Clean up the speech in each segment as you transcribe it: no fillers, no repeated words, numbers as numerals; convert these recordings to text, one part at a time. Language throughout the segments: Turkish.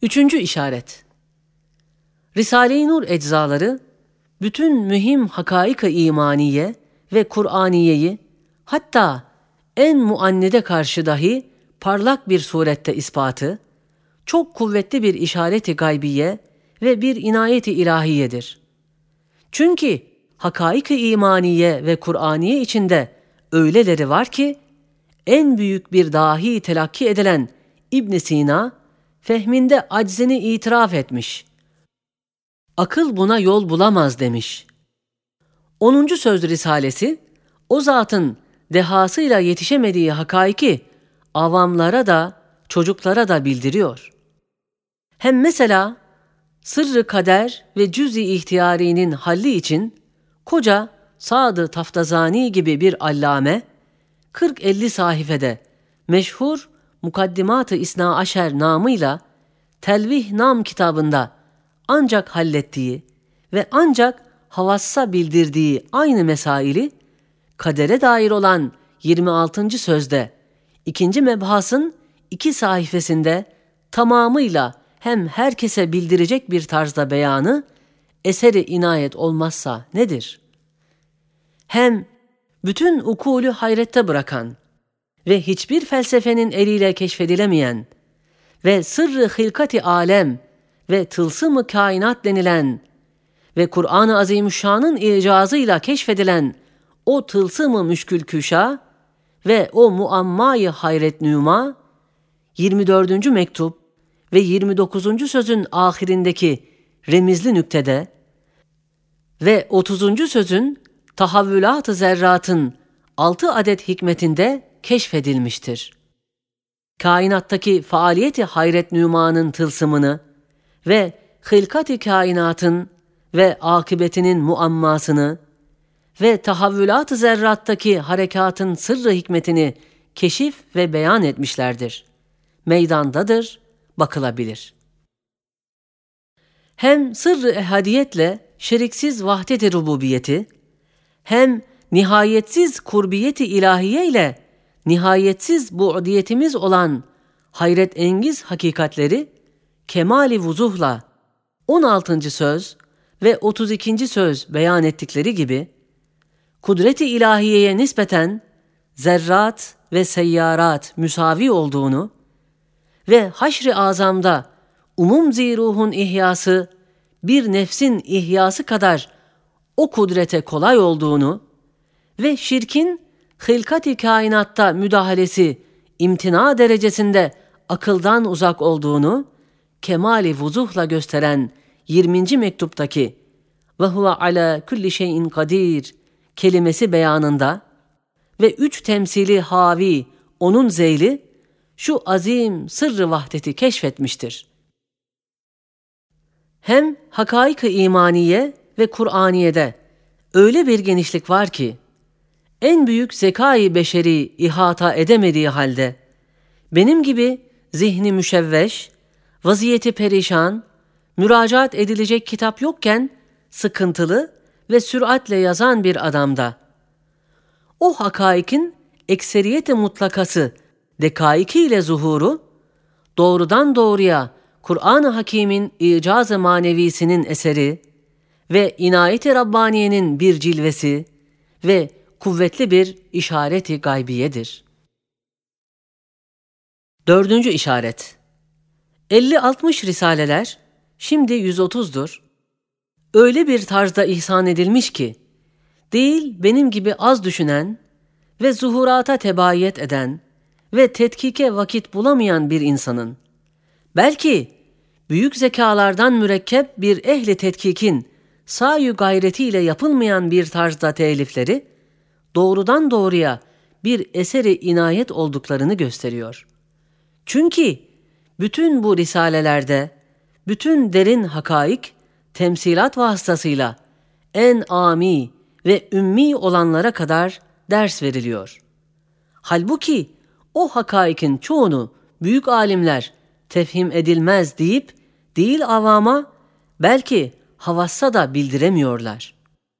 Üçüncü işaret. Risale-i Nur eczaları, bütün mühim hakaik-ı imaniye ve Kur'aniyeyi, hatta en muannide karşı dahi parlak bir surette ispatı, çok kuvvetli bir işaret-i gaybiye ve bir inayet-i ilahiyedir. Çünkü hakaik-i imaniye ve Kur'aniye içinde öyleleri var ki, en büyük bir dahi telakki edilen İbn Sina, fehminde aczini itiraf etmiş. Akıl buna yol bulamaz demiş. 10. Söz Risalesi, o zatın dehasıyla yetişemediği hakaiki avamlara da çocuklara da bildiriyor. Hem mesela sırrı kader ve cüz-i ihtiyarinin halli için koca Sadı Taftazani gibi bir allame 40-50 sayfede meşhur Mukaddimat-ı İsna Aşer namıyla Telvih Nam kitabında ancak hallettiği ve ancak havassa bildirdiği aynı mesaili kadere dair olan 26. sözde 2. mebhasın 2 sayfasında tamamıyla hem herkese bildirecek bir tarzda beyanı eseri inayet olmazsa nedir? Hem bütün ukulü hayrette bırakan ve hiçbir felsefenin eliyle keşfedilemeyen ve sırrı hilkat-i alem ve tılsım-ı kainat denilen ve Kur'an-ı Azimüşşan'ın icazıyla keşfedilen o tılsım-ı müşkül küşa ve o muamma-yı hayret nüma, 24. mektup ve 29. sözün ahirindeki remizli nüktede ve 30. sözün tahavvülat-ı zerratın 6 adet hikmetinde keşfedilmiştir. Kainattaki faaliyeti hayret nümanın tılsımını ve hilkat-i kainatın ve akıbetinin muammasını ve tahavvülat-ı zerrattaki harekatın sırrı hikmetini keşif ve beyan etmişlerdir. Meydandadır, bakılabilir. Hem sırrı ehadiyetle şeriksiz vahdet-i rububiyeti, hem nihayetsiz kurbiyeti ilahiye ile nihayetsiz bu'diyetimiz olan hayret engiz hakikatleri kemali vuzuhla 16. söz ve 32. söz beyan ettikleri gibi kudret-i ilahiyeye nispeten zerrat ve seyyarat müsavi olduğunu ve haşr-ı azamda umum ziruhun ihyası bir nefsin ihyası kadar o kudrete kolay olduğunu ve şirkin hilkat-i kainatta müdahalesi imtina derecesinde akıldan uzak olduğunu kemali vuzuhla gösteren 20. mektuptaki ve huve ala kulli şeyin kadir kelimesi beyanında ve 3 temsili havi onun zeyli şu azim sırrı vahdeti keşfetmiştir. Hem hakaik-ı imaniye ve Kur'aniye'de öyle bir genişlik var ki en büyük zekâ-i beşeri ihata edemediği halde benim gibi zihni müşevveş, vaziyeti perişan, müracaat edilecek kitap yokken sıkıntılı ve süratle yazan bir adamda o hakaikin ekseriyeti mutlakası dekaikiyle zuhuru doğrudan doğruya Kur'an-ı Hakîm'in icaz-ı manevisinin eseri ve inayet-i Rabbaniye'nin bir cilvesi ve kuvvetli bir işareti gaybiyedir. 4. işaret. 50-60 risaleler, şimdi 130'dur. Öyle bir tarzda ihsan edilmiş ki, değil benim gibi az düşünen ve zuhurata tebayet eden ve tetkike vakit bulamayan bir insanın, belki büyük zekalardan mürekkep bir ehli tetkikin sa'yu gayretiyle yapılmayan bir tarzda telifleri, doğrudan doğruya bir eseri inayet olduklarını gösteriyor. Çünkü bütün bu risalelerde, bütün derin hakaik, temsilat vasıtasıyla en ami ve ümmi olanlara kadar ders veriliyor. Halbuki o hakaikin çoğunu büyük alimler tefhim edilmez deyip, değil avama, belki havassa da bildiremiyorlar.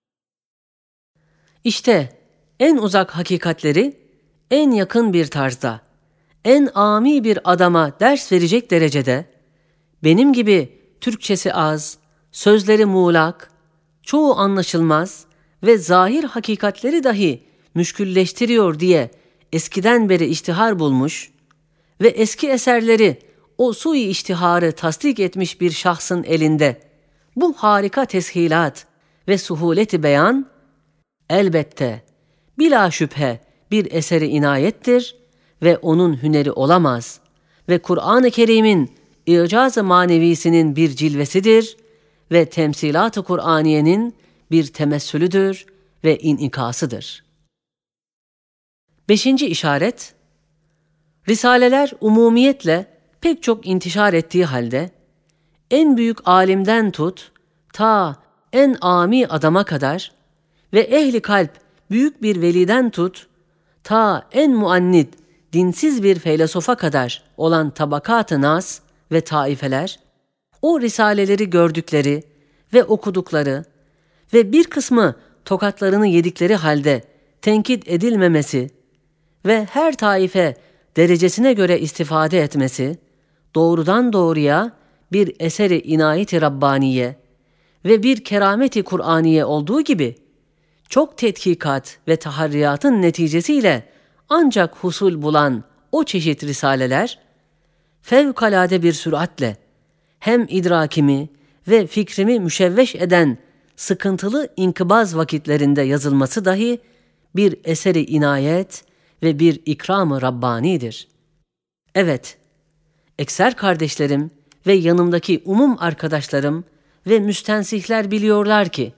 İşte en uzak hakikatleri en yakın bir tarzda, en ami bir adama ders verecek derecede Benim gibi Türkçesi az, sözleri muğlak, çoğu anlaşılmaz ve zahir hakikatleri dahi müşkülleştiriyor diye eskiden beri iştihar bulmuş ve eski eserleri o sui iştiharı tasdik etmiş bir şahsın elinde bu harika teshilat ve suhuleti beyan elbette bila şüphe bir eseri inayettir ve onun hüneri olamaz ve Kur'an-ı Kerim'in İcaz-ı manevisinin bir cilvesidir ve temsilat-ı Kur'aniyenin bir temessülüdür ve inikasıdır. 5. işaret, Risaleler umumiyetle pek çok intişar ettiği halde, en büyük alimden tut, ta en ami adama kadar ve ehli kalp büyük bir veliden tut, ta en muannid, dinsiz bir feylesofa kadar olan tabakat-ı nas ve taifeler, o risaleleri gördükleri ve okudukları ve bir kısmı tokatlarını yedikleri halde tenkit edilmemesi ve her taife derecesine göre istifade etmesi, doğrudan doğruya bir eseri inayet-i Rabbaniye ve bir kerameti Kur'aniye olduğu gibi, çok tetkikat ve taharriyatın neticesiyle ancak husul bulan o çeşit risaleler, fevkalade bir süratle hem idrakimi ve fikrimi müşevveş eden sıkıntılı inkıbaz vakitlerinde yazılması dahi bir eseri inayet ve bir ikram-ı Rabbani'dir. Evet, ekser kardeşlerim ve yanımdaki umum arkadaşlarım ve müstensihler biliyorlar ki,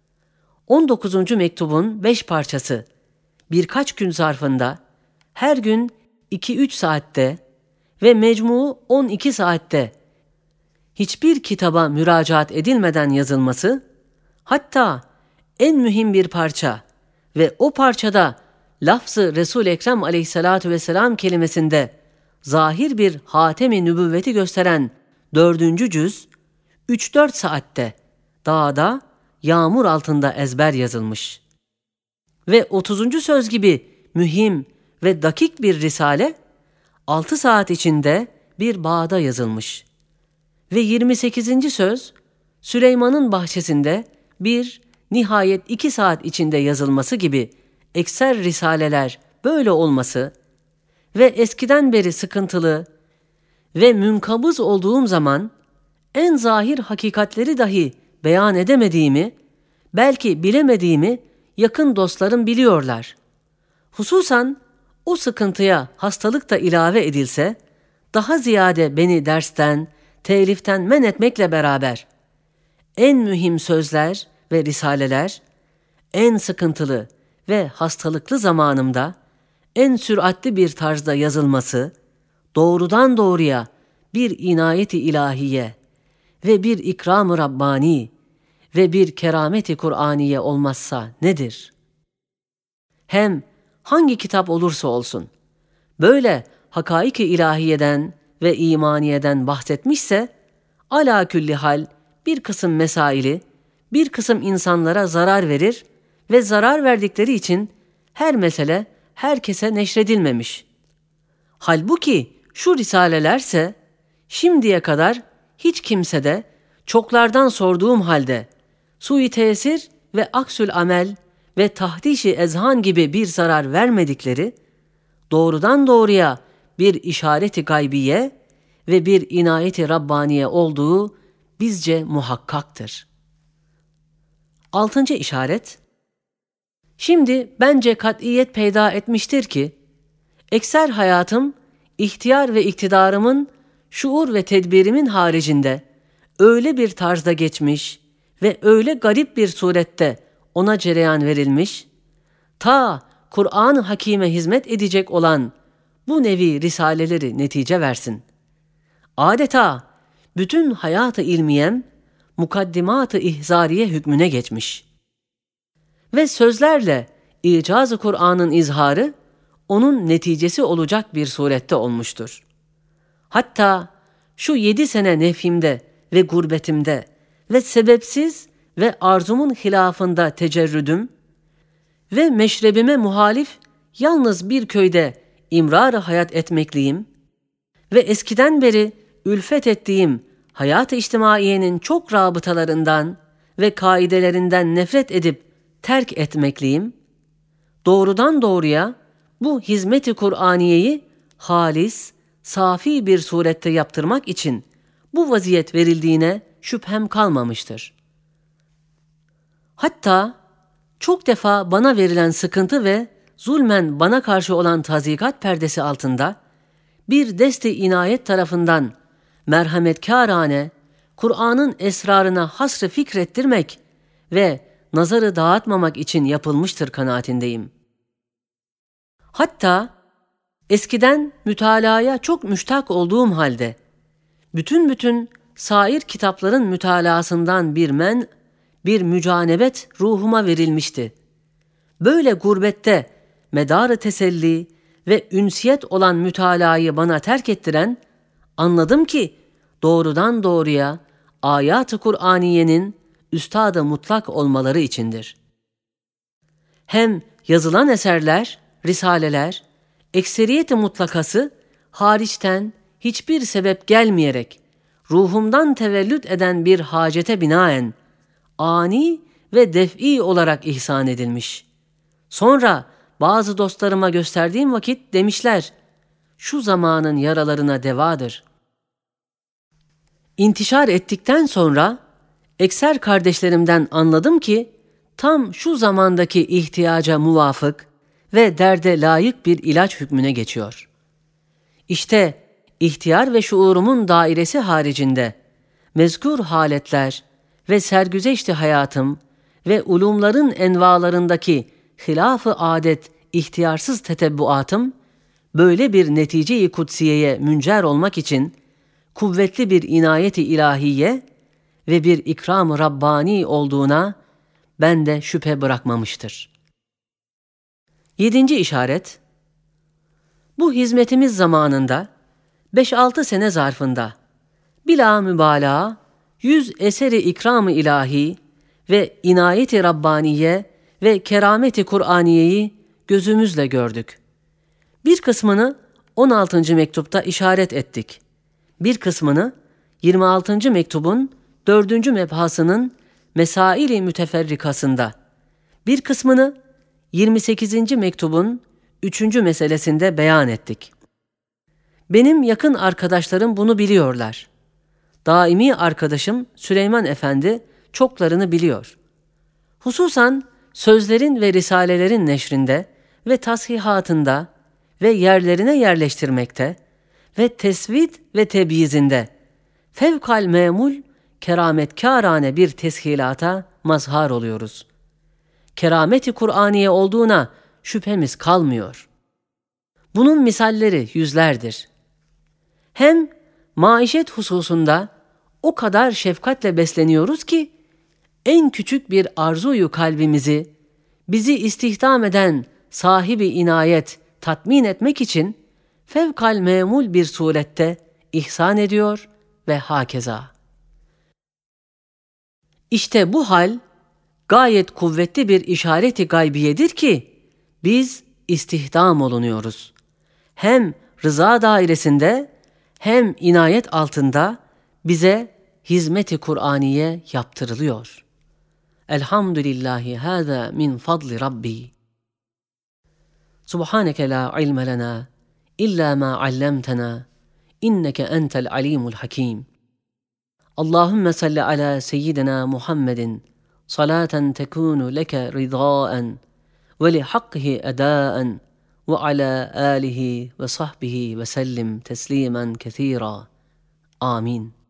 19. mektubun 5 parçası birkaç gün zarfında her gün 2-3 saatte ve mecmu 12 saatte hiçbir kitaba müracaat edilmeden yazılması, hatta en mühim bir parça ve o parçada lafz-ı Resul-i Ekrem aleyhissalatu vesselam kelimesinde zahir bir hatem-i nübüvveti gösteren 4. cüz, 3-4 saatte dağda, yağmur altında ezber yazılmış. Ve 30. söz gibi mühim ve dakik bir risale, 6 saat içinde bir bağda yazılmış. Ve 28. söz, Süleyman'ın bahçesinde nihayet 2 saat içinde yazılması gibi ekser risaleler böyle olması ve eskiden beri sıkıntılı ve münkabız olduğum zaman en zahir hakikatleri dahi beyan edemediğimi, belki bilemediğimi yakın dostlarım biliyorlar. Hususan o sıkıntıya hastalık da ilave edilse, daha ziyade beni dersten, teliften men etmekle beraber, en mühim sözler ve risaleler, en sıkıntılı ve hastalıklı zamanımda, en süratli bir tarzda yazılması, doğrudan doğruya bir inayeti ilahiye ve bir ikram-ı Rabbani ve bir kerameti Kur'aniye olmazsa nedir? Hem hangi kitap olursa olsun, böyle hakaik-i ilahiyeden ve imaniyeden bahsetmişse, alâ külli hal bir kısım mesaili, bir kısım insanlara zarar verir ve zarar verdikleri için her mesele herkese neşredilmemiş. Halbuki şu risalelerse, şimdiye kadar hiç kimsede, çoklardan sorduğum halde, sui tesir ve aksül amel ve tahdişi ezhan gibi bir zarar vermedikleri, doğrudan doğruya bir işareti gaybiye ve bir inayeti Rabbaniye olduğu bizce muhakkaktır. 6. işaret, şimdi bence kat'iyet peyda etmiştir ki, ekser hayatım, ihtiyar ve iktidarımın, şuur ve tedbirimin haricinde öyle bir tarzda geçmiş ve öyle garip bir surette ona cereyan verilmiş, ta Kur'an-ı Hakîm'e hizmet edecek olan bu nevi risaleleri netice versin. Adeta bütün hayat-ı ilmiyem, mukaddimat-ı ihzariye hükmüne geçmiş. Ve sözlerle icaz-ı Kur'an'ın izharı, onun neticesi olacak bir surette olmuştur. Hatta şu 7 sene nefhimde ve gurbetimde ve sebepsiz ve arzumun hilafında tecerrüdüm ve meşrebime muhalif yalnız bir köyde imrar-ı hayat etmekliyim ve eskiden beri ülfet ettiğim hayat-ı içtimaiyenin çok rabıtalarından ve kaidelerinden nefret edip terk etmekliyim? Doğrudan doğruya bu hizmet-i Kur'aniyeyi halis, safi bir surette yaptırmak için bu vaziyet verildiğine şüphem kalmamıştır. Hatta çok defa bana verilen sıkıntı ve zulmen bana karşı olan tazikat perdesi altında bir deste inayet tarafından merhametkârane Kur'an'ın esrarına hasrı fikrettirmek ve nazarı dağıtmamak için yapılmıştır kanaatindeyim. Hatta eskiden mütalaya çok müştak olduğum halde bütün sair kitapların mütalaasından bir mücanebet ruhuma verilmişti. Böyle gurbette medarı teselli ve ünsiyet olan mütalayı bana terk ettiren, anladım ki doğrudan doğruya ayat-ı Kur'aniyenin üstad-ı mutlak olmaları içindir. Hem yazılan eserler, risaleler, ekseriyeti mutlakası hariçten hiçbir sebep gelmeyerek ruhumdan tevellüt eden bir hacete binaen ani ve def'i olarak ihsan edilmiş. Sonra bazı dostlarıma gösterdiğim vakit demişler, şu zamanın yaralarına devadır. İntişar ettikten sonra ekser kardeşlerimden anladım ki tam şu zamandaki ihtiyaca muvafık ve derde layık bir ilaç hükmüne geçiyor. İşte ihtiyar ve şuurumun dairesi haricinde mezkur haletler ve sergüzeşti hayatım ve ulumların envalarındaki hilaf-ı adet ihtiyarsız tetebbuatım böyle bir netice-i kutsiyeye müncer olmak için kuvvetli bir inayet-i ilahiye ve bir ikram-ı Rabbani olduğuna ben de şüphe bırakmamıştır. 7. işaret, bu hizmetimiz zamanında 5-6 sene zarfında bila mübalağa 100 eseri ikram-ı ilahi ve inayet-i Rabbaniye ve keramet-i Kur'aniyeyi gözümüzle gördük. Bir kısmını 16. mektupta işaret ettik. Bir kısmını 26. mektubun 4. mebhasının Mesail-i Müteferrikasında, bir kısmını 28. mektubun 3. meselesinde beyan ettik. Benim yakın arkadaşlarım bunu biliyorlar. Daimi arkadaşım Süleyman Efendi çoklarını biliyor. Hususan sözlerin ve risalelerin neşrinde ve tashihatında ve yerlerine yerleştirmekte ve tesvid ve tebyizinde fevkal memul kerametkârane bir teshilata mazhar oluyoruz. Kerameti Kur'aniye olduğuna şüphemiz kalmıyor. Bunun misalleri yüzlerdir. Hem maişet hususunda o kadar şefkatle besleniyoruz ki en küçük bir arzuyu kalbimizi bizi istihdam eden sahibi inayet tatmin etmek için fevkal memul bir surette ihsan ediyor ve hakeza. İşte bu hal gayet kuvvetli bir işareti gaybiyedir ki biz istihdam olunuyoruz. Hem rıza dairesinde hem inayet altında bize hizmet-i Kur'aniye yaptırılıyor. Elhamdülillahi hâzâ min fadli Rabbi. Subhaneke la ilme lena illa ma allamtena inneke entel alimul hakim. Allahümme salli ala seyyidina Muhammedin salaten tekunu leke ridâen ve li hakkihi edâen ve ala âlihi ve sahbihi ve sellim teslimen kethîrâ. Amin.